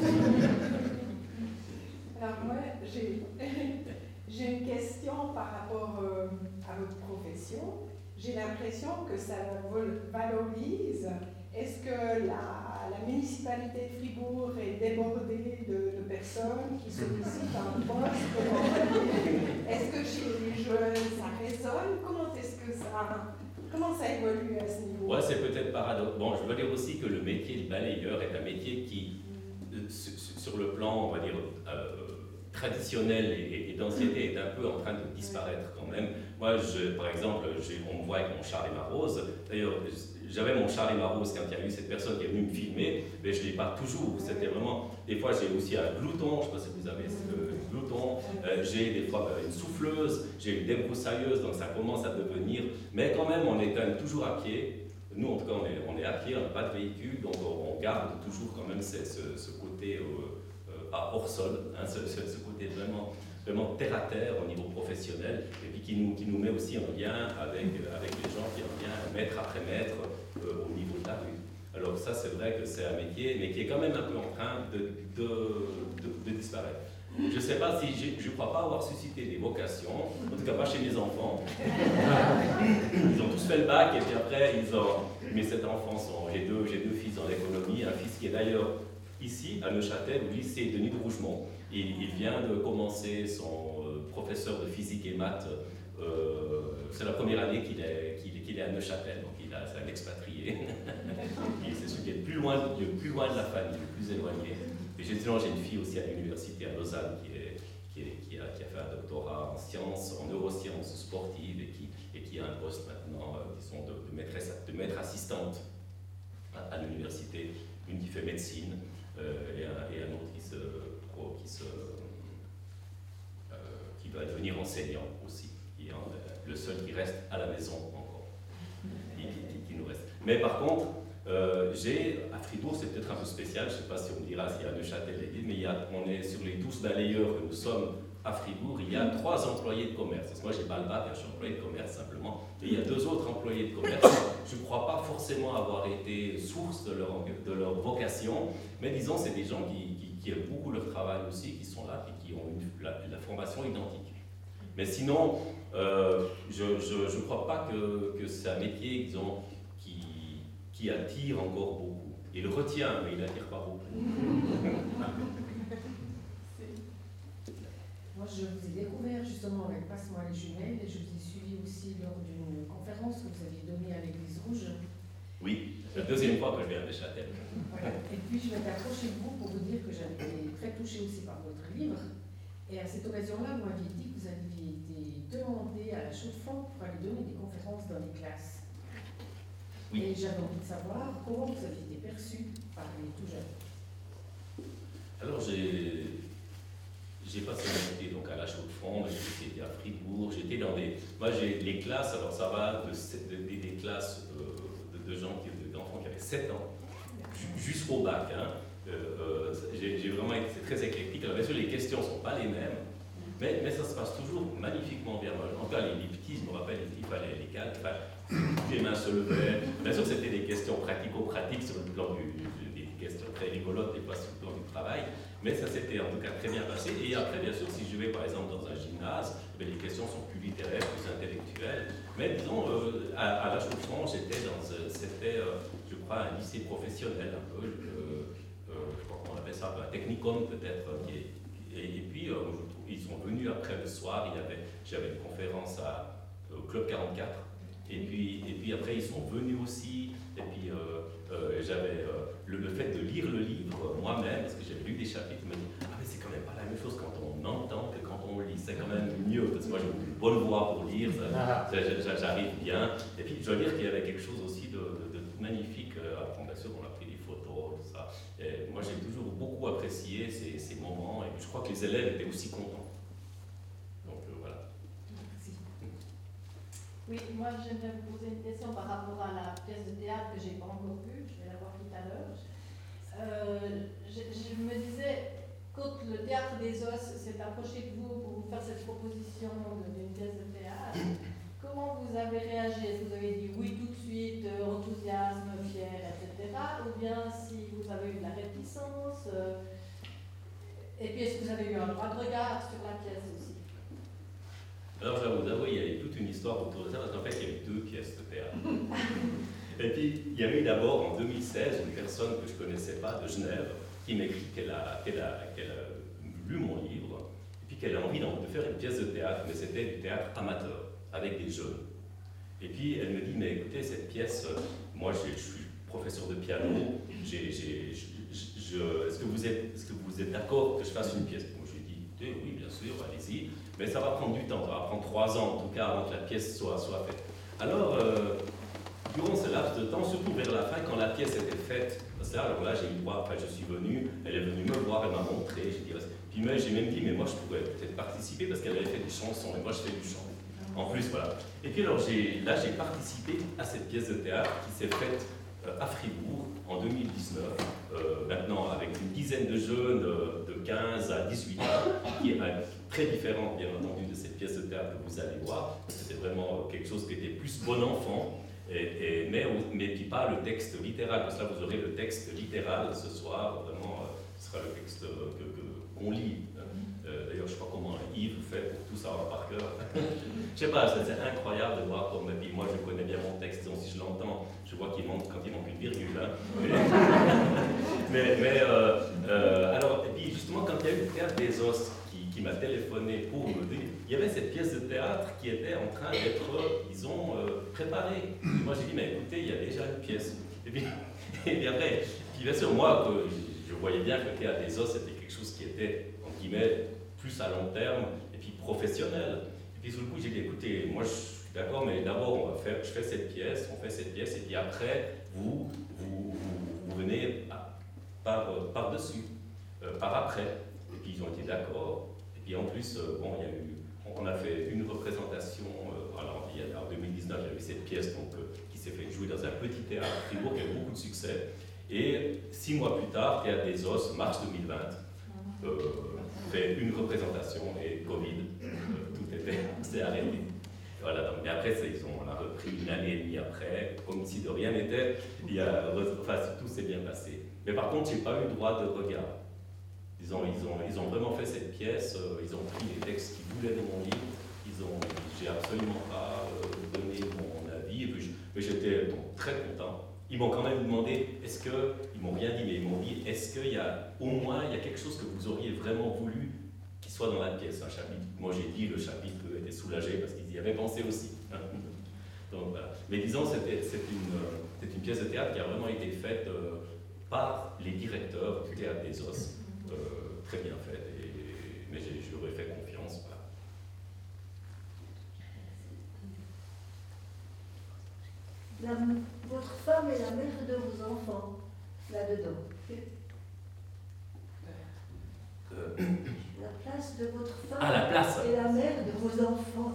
Alors moi, j'ai, j'ai une question par rapport euh, à votre profession. J'ai l'impression que ça valorise. Est-ce que la, la municipalité de Fribourg est débordée de, de personnes qui sollicitent un poste? Est-ce que chez les jeunes, ça résonne? Comment est-ce que ça... Comment ça évolue à ce niveau? Ouais, c'est peut-être paradoxe. Bon, je dois dire aussi que le métier de balayeur est un métier qui, euh, sur, sur le plan, on va dire, euh, traditionnel et, et d'ancienneté, est un peu en train de disparaître quand même. Moi, je, par exemple, on me voit avec mon char et ma rose. D'ailleurs, j'avais mon char et ma rose quand il y a eu cette personne qui est venue me filmer, mais je ne l'ai pas toujours. C'était vraiment... Des fois, j'ai aussi un glouton, je ne sais pas si vous avez ce glouton. Euh, j'ai des fois une souffleuse, j'ai une débroussailleuse, donc ça commence à devenir... Mais quand même, on est quand même toujours à pied. Nous, en tout cas, on est, on est à pied, on n'a pas de véhicule, donc on, on garde toujours quand même ce, ce, ce côté euh, euh, à hors sol, hein, ce, ce, ce côté vraiment... vraiment terre à terre au niveau professionnel, et puis qui nous, qui nous met aussi en lien avec, avec les gens, qui en lien mètre après mètre euh, au niveau de la rue. Alors ça, c'est vrai que c'est un métier, mais qui est quand même un peu en train de, de, de, de disparaître. Je ne sais pas si, je ne crois pas avoir suscité des vocations, en tout cas pas chez mes enfants. Ils ont tous fait le bac, et puis après, ils ont... Mes sept enfants sont... J'ai deux, j'ai deux fils dans l'économie, un fils qui est d'ailleurs ici, à Neuchâtel, au lycée Denis de Rougemont. Il, il vient de commencer son euh, professeur de physique et maths. Euh, c'est la première année qu'il est, qu'il, qu'il est à Neuchâtel, donc il a, c'est un expatrié. C'est celui qui est le plus, loin, le plus loin de la famille, le plus éloigné. Et j'ai, sinon, j'ai une fille aussi à l'université à Lausanne qui, est, qui, est, qui, a, qui a fait un doctorat en sciences, en neurosciences sportives et qui, et qui a un poste maintenant, euh, disons, de, de, maîtresse, de maître assistante à, à l'université. Une qui fait médecine euh, et, un, et un autre qui se... Qui, se, euh, qui va devenir enseignant aussi, qui est en, euh, le seul qui reste à la maison encore, qui, qui, qui nous reste. Mais par contre, euh, j'ai, à Fribourg, c'est peut-être un peu spécial, je ne sais pas si on me dira s'il y a Neuchâtel et Lille, mais il y a, on est sur les douze balayeurs que nous sommes à Fribourg, il y a trois employés de commerce. Parce que moi, j'ai pas le bac, je suis employé de commerce simplement, et il y a deux autres employés de commerce. Je ne crois pas forcément avoir été source de leur, de leur vocation, mais disons, c'est des gens qui, qui qui aiment beaucoup leur travail aussi, qui sont là et qui ont une, la, la formation identique. Mais sinon, euh, je ne crois pas que, que c'est un métier, disons, qui, qui attire encore beaucoup. Il retient, mais il n'attire pas beaucoup. Moi, je vous ai découvert justement avec Passe-moi les jumelles, et je vous ai suivi aussi lors d'une conférence que vous aviez donnée à l'Église Rouge. Oui, c'est la deuxième fois que je viens de Neuchâtel. Voilà. Et puis je m'étais approchée de vous pour vous dire que j'avais été très touchée aussi par votre livre. Et à cette occasion-là, vous m'aviez dit que vous aviez été demandé à la Chaux-de-Fonds pour aller donner des conférences dans les classes. Oui. Et j'avais envie de savoir comment vous aviez été perçu par les tout jeunes. Alors j'ai... J'ai passé mon été donc à la Chaux-de-Fonds, j'ai été à Fribourg, j'étais dans des... Moi j'ai les classes, alors ça va de, de, de, des classes euh, de, de gens, qui, d'enfants qui avaient sept ans, jusqu'au bac. Hein. Euh, euh, j'ai, j'ai vraiment été très éclectique. Alors bien sûr les questions ne sont pas les mêmes, mais, mais ça se passe toujours magnifiquement bien. En tout cas les, les petits, je me rappelle, il fallait les calques, enfin, les mains se levaient. Bien sûr c'était des questions pratico-pratiques sur le plan du, du, des questions très rigolotes, des fois sur le plan du travail. Mais ça s'était en tout cas très bien passé. Et après, bien sûr, si je vais par exemple dans un gymnase, les questions sont plus littéraires, plus intellectuelles. Mais disons, euh, à, à la Chaux-de-Fonds, j'étais dans, euh, c'était, euh, je crois, un lycée professionnel un peu. Euh, euh, je crois qu'on appelle ça un technicum peut-être. Qui est, et, et puis, euh, ils sont venus après le soir. Il y avait, j'avais une conférence à, au Club quarante-quatre. Et puis, et puis après, ils sont venus aussi. Et puis, euh, euh, j'avais euh, le, le fait de lire le livre moi-même, parce que j'avais lu des chapitres, je me dis, ah mais c'est quand même pas la même chose quand on entend que quand on lit. c'est quand même mieux, parce que moi j'ai une bonne voix pour lire, ça, j'arrive bien. Et puis je dois dire qu'il y avait quelque chose aussi de, de, de magnifique. Après, bien sûr, on a pris des photos, tout ça. Et moi j'ai toujours beaucoup apprécié ces, ces moments, et je crois que les élèves étaient aussi contents. Donc euh, voilà. Merci. Oui, moi j'aimerais vous poser une question par rapport à la pièce de théâtre que je n'ai pas encore vue, je vais la voir tout à l'heure. Euh, je, je me disais, quand le Théâtre des Os s'est approché de vous pour vous faire cette proposition d'une pièce de théâtre, comment vous avez réagi? Est-ce que vous avez dit oui tout de suite, euh, enthousiasme, fier, et cetera. Ou bien si vous avez eu de la réticence euh, et puis est-ce que vous avez eu un droit de regard sur la pièce aussi? Alors, je vais vous avouer, il y a eu toute une histoire autour de ça, parce qu'en fait, il y a eu deux pièces de théâtre. Et puis, il y avait eu d'abord, en deux mille seize, une personne que je ne connaissais pas, de Genève, qui m'écrit qu'elle a, qu'elle a, qu'elle a lu mon livre, et puis qu'elle a envie de faire une pièce de théâtre, mais c'était du théâtre amateur, avec des jeunes. Et puis, elle me dit, mais écoutez, cette pièce, moi, je suis professeur de piano, j'ai, j'ai, je, je, est-ce que vous êtes, est-ce que vous êtes d'accord que je fasse une pièce? Bon, je lui ai dit, écoutez, oui, bien sûr, allez-y. Mais ça va prendre du temps, ça va prendre trois ans en tout cas avant que la pièce soit, soit faite. Alors, euh, durant ce laps de temps, surtout vers la fin, quand la pièce était faite, parce que là, alors là, j'ai eu droit, enfin, je suis venu, elle est venue me voir, elle m'a montré, j'ai dit, puis mais, j'ai même dit, mais moi je pourrais peut-être participer parce qu'elle avait fait des chansons et moi je fais du chant. En plus, voilà. Et puis alors, j'ai, là, j'ai participé à cette pièce de théâtre qui s'est faite euh, à Fribourg en deux mille dix-neuf, euh, maintenant avec une dizaine de jeunes euh, de quinze à dix-huit ans, qui est euh, très différente, bien entendu, de cette pièce de théâtre que vous allez voir. C'était vraiment quelque chose qui était plus bon enfant, et, et, mais, mais qui pas le texte littéral, parce que là, vous aurez le texte littéral ce soir, vraiment, euh, ce sera le texte que, que, qu'on lit. Euh, d'ailleurs, je ne sais pas comment Yves fait pour tout savoir par cœur. Je sais pas, c'est incroyable de voir comme, et puis moi je connais bien mon texte, donc si je l'entends, je vois qu'il manque quand il manque une virgule. Hein. Mais, mais euh, euh, alors, et puis justement, quand il y a eu le Théâtre des Os qui, qui m'a téléphoné pour me dire, il y avait cette pièce de théâtre qui était en train d'être, disons, euh, préparée. Moi j'ai dit, mais écoutez, il y a déjà une pièce. Et puis, et puis après, puis bien sûr, moi, que je voyais bien que le Théâtre des Os c'était quelque chose qui était, entre guillemets, plus à long terme et puis professionnel. Et puis sur le coup, j'ai dit, écoutez, moi je suis d'accord, mais d'abord, on va faire, je fais cette pièce, on fait cette pièce, et puis après, vous, vous, vous, vous venez à, par, par-dessus, euh, par après. Et puis ils ont été d'accord. Et puis en plus, euh, bon, il y a eu, on a fait une représentation, euh, alors il y a, en deux mille dix-neuf, il y avait cette pièce donc, euh, qui s'est fait jouer dans un petit théâtre à Fribourg, qui a eu beaucoup de succès. Et six mois plus tard, Théâtre des Os, mars deux mille vingt, euh, fait une représentation et Covid, euh, tout était, s'est arrêté. Voilà, donc, mais après, ça, ils ont, on a repris une année et demie après, comme si de rien n'était, il y a, enfin, tout s'est bien passé. Mais par contre, je n'ai pas eu droit de regard. Disons, ils ont, ils ont vraiment fait cette pièce, euh, ils ont pris les textes qu'ils voulaient de mon livre, ils ont, j'ai absolument pas euh, donné mon avis, et puis je, mais j'étais donc très content. Ils m'ont quand même demandé, est-ce que, ils m'ont rien dit, mais ils m'ont dit, est-ce qu'il y a, au moins, il y a quelque chose que vous auriez vraiment voulu qu'il soit dans la pièce, un chapitre. Moi j'ai dit, le chapitre était soulagé parce qu'ils y avaient pensé aussi. Donc, voilà. Mais disons, c'était, c'est une, c'est une pièce de théâtre qui a vraiment été faite euh, par les directeurs du Théâtre des Os, euh, très bien faite, et, mais je leur ai fait confiance. Voilà. La, votre femme est la mère de vos enfants, là-dedans. Euh, La place de votre femme ah, la place. est la mère de vos enfants.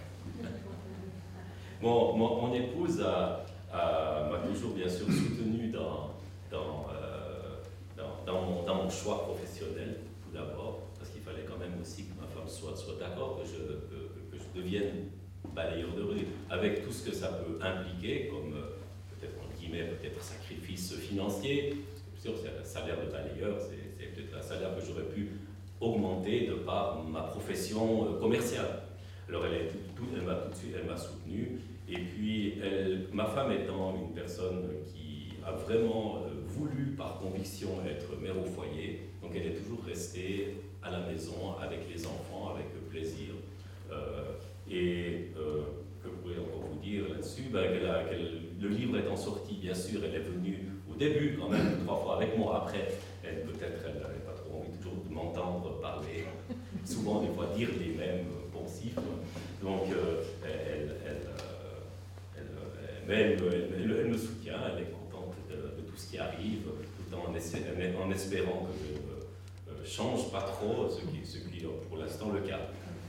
Mon, mon, mon épouse a, a, m'a toujours bien sûr soutenu dans, dans, euh, dans, dans, mon, dans mon choix professionnel, tout d'abord, parce qu'il fallait quand même aussi que ma femme soit, soit d'accord, que je, que, que je devienne balayeur de rue, avec tout ce que ça peut impliquer, comme euh, peut-être entre guillemets, peut-être sacrifice financier. Bien sûr, c'est un salaire de balayeur, c'est, c'est peut-être un salaire que j'aurais pu augmenter de par ma profession euh, commerciale. Alors elle, est tout, tout, elle m'a tout de suite, elle m'a soutenu, et puis elle, ma femme étant une personne qui a vraiment euh, voulu par conviction être mère au foyer, donc elle est toujours restée à la maison avec les enfants, avec plaisir. Euh, et euh, que je pourrais encore vous dire là-dessus, ben, qu'elle a, qu'elle, le livre étant sorti, bien sûr, elle est venue au début quand même trois fois avec moi, après, elle, peut-être elle n'avait pas trop envie toujours de m'entendre parler. souvent des fois dire les mêmes poncifs. Donc euh, elle, elle, elle, elle, mais elle, elle, elle, elle me soutient, elle est contente de, de tout ce qui arrive, tout en, essa en espérant que je ne change pas trop, ce qui, ce qui est pour l'instant le cas.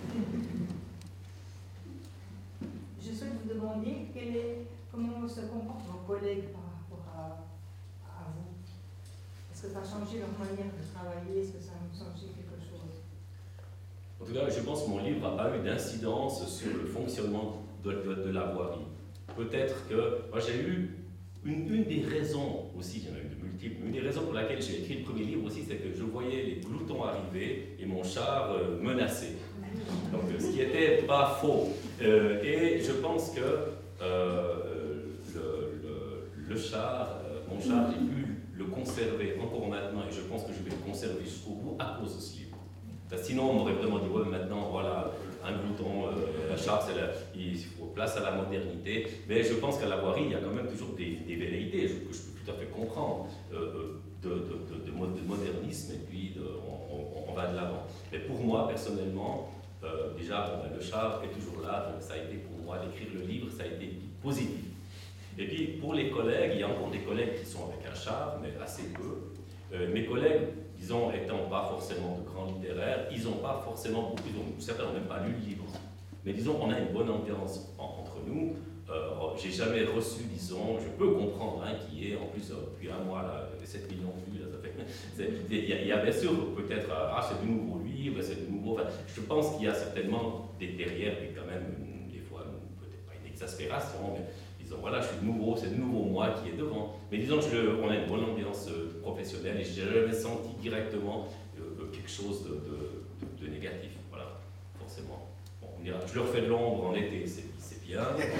Je souhaite vous demander quel est, comment se comportent vos collègues par rapport à, à vous. Est-ce que ça a changé leur manière de travailler? Est-ce que ça a changé quelque chose? En tout cas, je pense que mon livre n'a pas eu d'incidence sur le fonctionnement de, de, de la voirie. Peut-être que moi j'ai eu une, une des raisons aussi, il y en a eu de multiples, une des raisons pour laquelle j'ai écrit le premier livre aussi, c'est que je voyais les gloutons arriver et mon char euh, menacé. Donc, ce qui n'était pas faux. Euh, et je pense que euh, le, le, le char, euh, mon char, j'ai pu le conserver encore maintenant et je pense que je vais le conserver jusqu'au bout à cause de ce livre. Parce que sinon, on m'aurait vraiment dit, ouais, maintenant, voilà, un glouton, euh, un char, la, il faut place à la modernité. Mais je pense qu'à la voirie, il y a quand même toujours des, des velléités que je peux tout à fait comprendre euh, de, de, de, de, de modernisme et puis de, on, on, on va de l'avant. Mais pour moi, personnellement, Euh, déjà, bon, ben, le char est toujours là, donc ça a été pour moi d'écrire le livre, ça a été positif. Et puis pour les collègues, il y a encore des collègues qui sont avec un char, mais assez peu. Euh, mes collègues, disons, étant pas forcément de grands littéraires, ils n'ont pas forcément beaucoup, donc, certains n'ont même pas lu le livre. Mais disons, on a une bonne ambiance en, entre nous. Euh, j'ai jamais reçu, disons, je peux comprendre hein, qui est en plus euh, depuis un mois, là, sept millions de vues, là, ça fait. Il y, y a bien sûr peut-être, ah c'est de nouveau livre, c'est de nouveau. Enfin, je pense qu'il y a certainement des, derrière, mais quand même, des fois, peut-être pas une exaspération, mais disons, voilà, je suis de nouveau, c'est de nouveau moi qui est devant. Mais disons que je, on a une bonne ambiance euh, professionnelle et je n'ai jamais senti directement euh, quelque chose de, de, de, de négatif, voilà, forcément. Bon, on dira, je leur fais de l'ombre en été, c'est bien.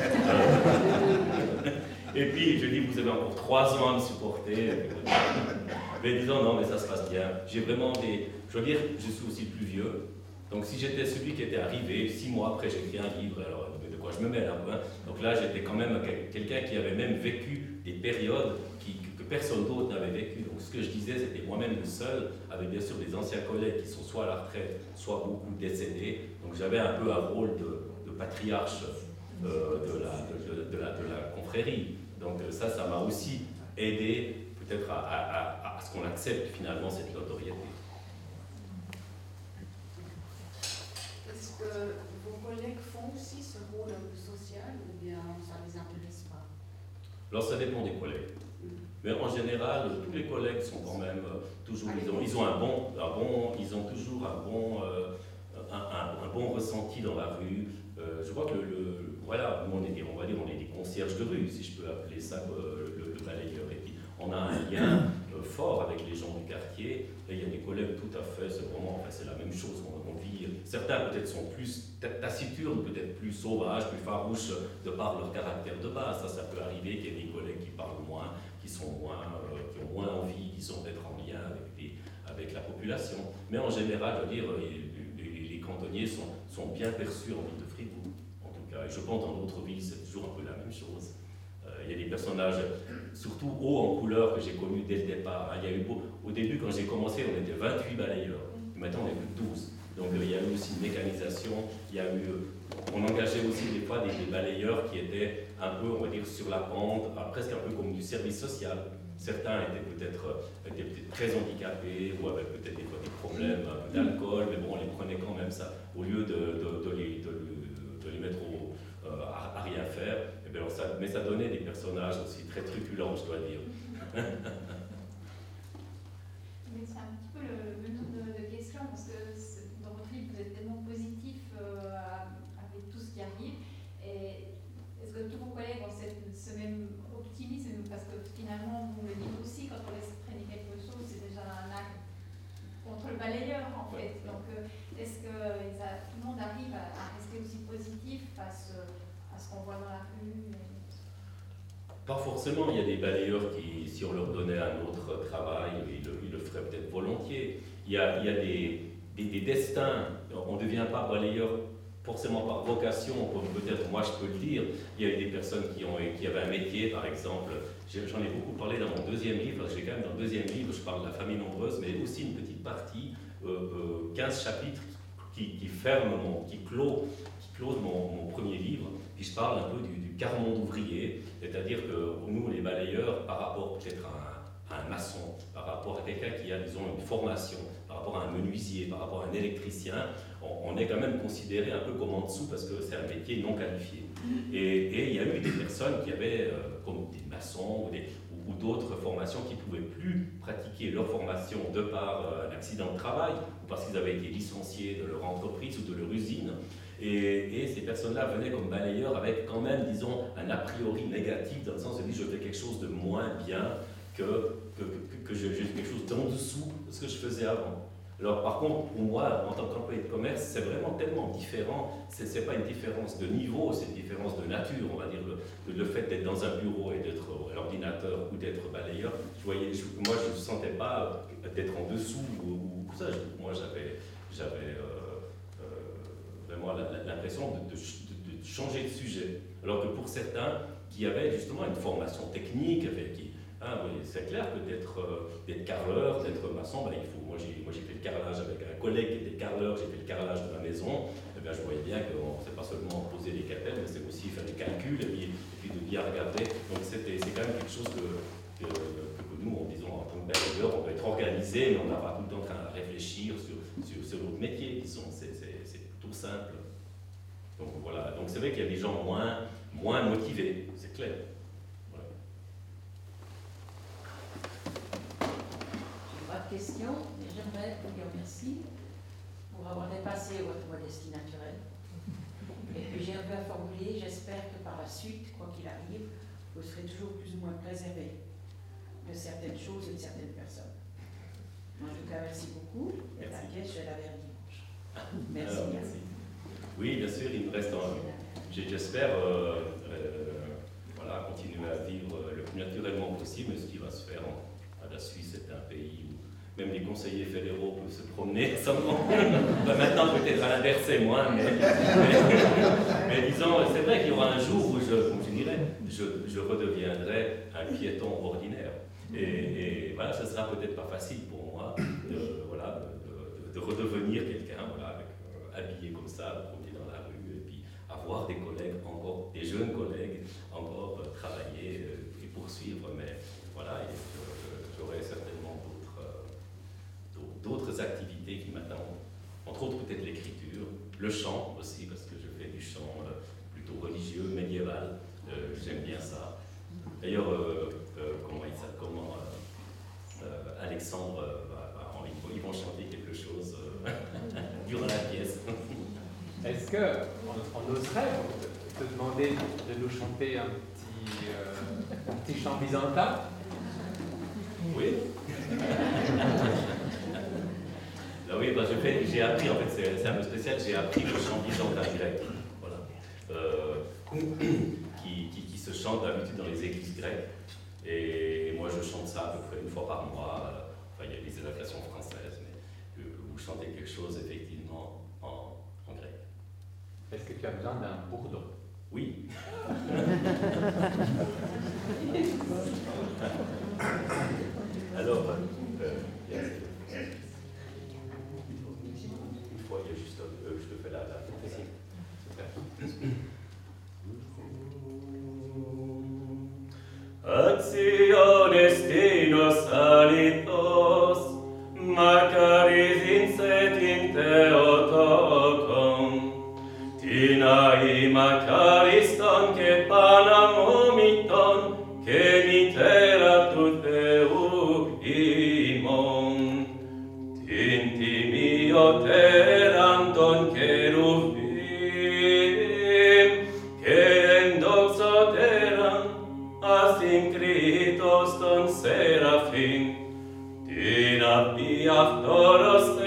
Et puis, je dis, vous avez encore trois ans à me supporter. Mais disons, non, mais ça se passe bien. J'ai vraiment des... Je veux dire, je suis aussi le plus vieux. Donc, si j'étais celui qui était arrivé, six mois après, j'ai écrit un livre, alors de quoi je me mêle un peu. Hein. Donc là, j'étais quand même quelqu'un qui avait même vécu des périodes qui, que personne d'autre n'avait vécu. Donc, ce que je disais, c'était moi-même le seul, avec bien sûr des anciens collègues qui sont soit à la retraite, soit beaucoup décédés. Donc, j'avais un peu un rôle de, de patriarche euh, de, la, de, de, la, de la confrérie. Donc ça, ça m'a aussi aidé peut-être à, à, à, à ce qu'on accepte finalement cette notoriété. Est-ce que vos collègues font aussi ce rôle un peu social ou bien ça ne les intéresse pas? Alors ça dépend des collègues. Mais en général, tous les collègues sont quand même euh, toujours, ils ont, ils ont un bon, un bon, ils ont toujours un bon, euh, un, un, un bon ressenti dans la rue. Euh, je crois que le, le voilà, on est des, on va dire, on est des concierges de rue, si je peux appeler ça euh, le, le balayeur. Et puis, on a un lien euh, fort avec les gens du quartier. Et il y a des collègues tout à fait, c'est vraiment, enfin, c'est la même chose qu'on on vit. Certains peut-être sont plus taciturnes, peut-être plus sauvages, plus farouches de par leur caractère de base. Ça, ça peut arriver qu'il y ait des collègues qui parlent moins, qui sont moins, euh, qui ont moins envie, disons, d'être en lien avec, des, avec la population. Mais en général, je veux dire, les, les, les cantonniers sont, sont bien perçus en ville de Fribourg. Et je pense dans d'autres villes, c'est toujours un peu la même chose. Euh, il y a des personnages, surtout hauts en couleur, que j'ai connus dès le départ. Il y a eu beau, au début, quand j'ai commencé, on était vingt-huit balayeurs. Et maintenant, on est plus de douze. Donc, euh, il y a eu aussi une mécanisation. Il y a eu, on engageait aussi des fois des, des balayeurs qui étaient un peu, on va dire, sur la pente, presque un peu comme du service social. Certains étaient peut-être peut très handicapés ou avaient peut-être des fois des problèmes d'alcool, mais bon, on les prenait quand même ça. Au lieu de, de, de les... De, de les mettre au, euh, à, à rien faire, et bien alors ça, mais ça donnait des personnages aussi très truculents, je dois dire. Mais c'est un petit peu le même de, de question, parce que dans votre livre, vous êtes tellement positif euh, avec tout ce qui arrive. Et est-ce que tous vos collègues ont cette, ce même optimisme? Parce que finalement, vous le dites aussi, quand on laisse traîner quelque chose, c'est déjà un acte contre le balayeur, en fait. Donc, est-ce que a, tout le monde arrive à, à rester aussi positif face à ce qu'on voit dans la rue? Pas forcément. Il y a des balayeurs qui, si on leur donnait un autre travail, ils le, ils le feraient peut-être volontiers. Il y a, il y a des, des, des destins. On ne devient pas balayeur forcément par vocation, comme peut-être moi je peux le dire. Il y a eu des personnes qui, ont, qui avaient un métier, par exemple. J'en ai beaucoup parlé dans mon deuxième livre, parce que j'ai quand même dans le deuxième livre, je parle de la famille nombreuse, mais aussi une petite partie, euh, euh, quinze chapitres, qui, qui ferme, mon, qui clôt, qui close mon, mon premier livre. Puis je parle un peu du, du quart-monde ouvrier, c'est-à-dire que nous, les balayeurs, par rapport peut-être à un, à un maçon, par rapport à quelqu'un qui a, disons, une formation, par rapport à un menuisier, par rapport à un électricien, on, on est quand même considéré un peu comme en dessous parce que c'est un métier non qualifié. Et, et il y a eu des personnes qui avaient, euh, comme des maçons ou, des, ou, ou d'autres formations, qui ne pouvaient plus pratiquer leur formation de par euh, un accident de travail ou parce qu'ils avaient été licenciés de leur entreprise ou de leur usine. Et, et ces personnes-là venaient comme balayeurs avec quand même, disons, un a priori négatif, dans le sens de dire je fais quelque chose de moins bien que, que, que, que je, je fais quelque chose d'en dessous de ce que je faisais avant. Alors par contre, pour moi, en tant qu'employé de commerce, c'est vraiment tellement différent. Ce n'est pas une différence de niveau, c'est une différence de nature, on va dire. Le, le fait d'être dans un bureau et d'être à l'ordinateur ou d'être balayeur, je voyais, je, moi je ne sentais pas d'être en dessous ou, ou ça. Je, moi j'avais... j'avais euh, vraiment l'impression de, de, de, de changer de sujet. Alors que pour certains qui avaient justement une formation technique, avec qui, hein, oui, c'est clair que d'être euh, carreleur, d'être maçon, ben, il faut, moi j'ai fait le carrelage avec un collègue qui était carreleur, j'ai fait le carrelage de ma maison, et bien, je voyais bien que c'est pas seulement poser les capelles, mais c'est aussi faire des calculs et puis, et puis de bien regarder. Donc c'est quand même quelque chose que, que, que nous, on, disons, en tant que balayeur, on doit être organisé, mais on n'a pas tout le temps en train de réfléchir sur, sur, sur notre métier, disons. C'est tout simple. Donc voilà, donc c'est vrai qu'il y a des gens moins, moins motivés, c'est clair. Voilà. J'ai pas de questions, mais j'aimerais vous dire merci pour avoir dépassé votre modestie naturelle. Et puis j'ai un peu à formuler, j'espère que par la suite, quoi qu'il arrive, vous serez toujours plus ou moins préservé de certaines choses et de certaines personnes. En tout cas, merci beaucoup. Et t'inquiète, je vais la vers dimanche. Merci. Alors, merci. Oui, bien sûr, il me reste un... J'espère euh, euh, voilà, continuer à vivre le plus naturellement possible, mais ce qui va se faire en, à la Suisse, c'est un pays où même les conseillers fédéraux peuvent se promener sans ben, maintenant, peut-être à l'inverse, c'est moins, mais, mais, mais disons, c'est vrai qu'il y aura un jour où je, comme je dirais, je, je redeviendrai un piéton ordinaire. Et, et voilà, ce sera peut-être pas facile pour moi de, voilà, de, de, de redevenir quelqu'un, voilà, avec, euh, habillé comme ça, promener dans la rue, et puis avoir des collègues, encore des jeunes collègues, encore euh, travailler euh, et poursuivre. Mais voilà, et je, j'aurai certainement d'autres, euh, d'autres activités qui m'attendent. Entre autres, peut-être l'écriture, le chant aussi, parce que je fais du chant euh, plutôt religieux, médiéval. Euh, j'aime bien ça. D'ailleurs, euh, euh, comment, il, comment euh, euh, Alexandre, euh, va, va, ils vont chanter quelque chose euh, durant la pièce. Est-ce qu'on on oserait te demander de nous chanter un petit, euh, un petit chant byzantin? Oui. Là, oui, bah, j'ai appris, en fait, c'est un peu spécial, j'ai appris le chant byzantin grec. Voilà. Euh, qui, qui, qui se chante d'habitude dans les églises grecques. Et moi, je chante ça à peu près une fois par mois. Enfin, il y a des adaptations françaises, mais vous chantez quelque chose, effectivement, en, en grec. Est-ce que tu as besoin d'un bourdon? Oui. Alors, euh, il y a, une fois, il y a juste, euh, je te fais la, la prophétie. Actiones dinos alitos, Macaris incet in Theotokon, Tinae Macaris tonque panam omiton, che mitera tut euimon, Tinti mio teranton cherubim, che endoxo teran, Asynkritos ton seraphim, Tina piaf toros